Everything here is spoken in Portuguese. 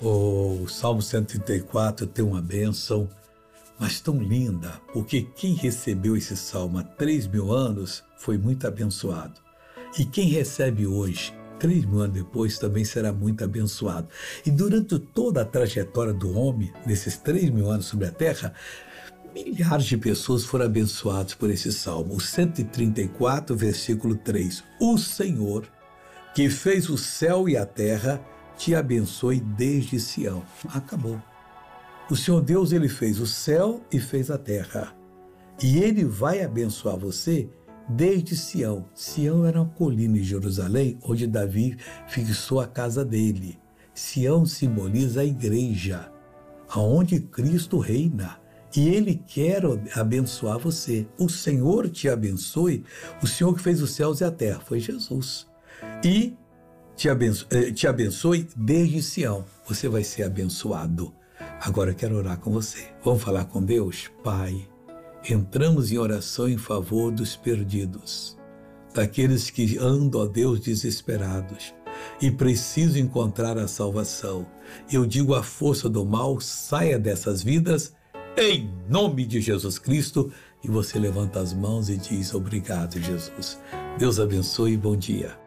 O Salmo 134 tem uma bênção, mas tão linda, porque quem recebeu esse salmo há 3.000 anos foi muito abençoado. E quem recebe hoje, 3.000 anos depois, também será muito abençoado. E durante toda a trajetória do homem, nesses 3.000 anos sobre a terra, milhares de pessoas foram abençoadas por esse salmo. O 134, versículo 3. O Senhor, que fez o céu e a terra, te abençoe desde Sião. Acabou. O Senhor Deus, ele fez o céu e fez a terra. E ele vai abençoar você desde Sião. Sião era uma colina em Jerusalém, onde Davi fixou a casa dele. Sião simboliza a igreja, aonde Cristo reina. E ele quer abençoar você. O Senhor te abençoe. O Senhor que fez os céus e a terra foi Jesus. E te abençoe desde Sião. Você vai ser abençoado. Agora eu quero orar com você. Vamos falar com Deus? Pai, entramos em oração em favor dos perdidos, daqueles que andam, ó Deus, desesperados e precisam encontrar a salvação. Eu digo, a força do mal saia dessas vidas, em nome de Jesus Cristo. E você levanta as mãos e diz: obrigado, Jesus. Deus abençoe e bom dia.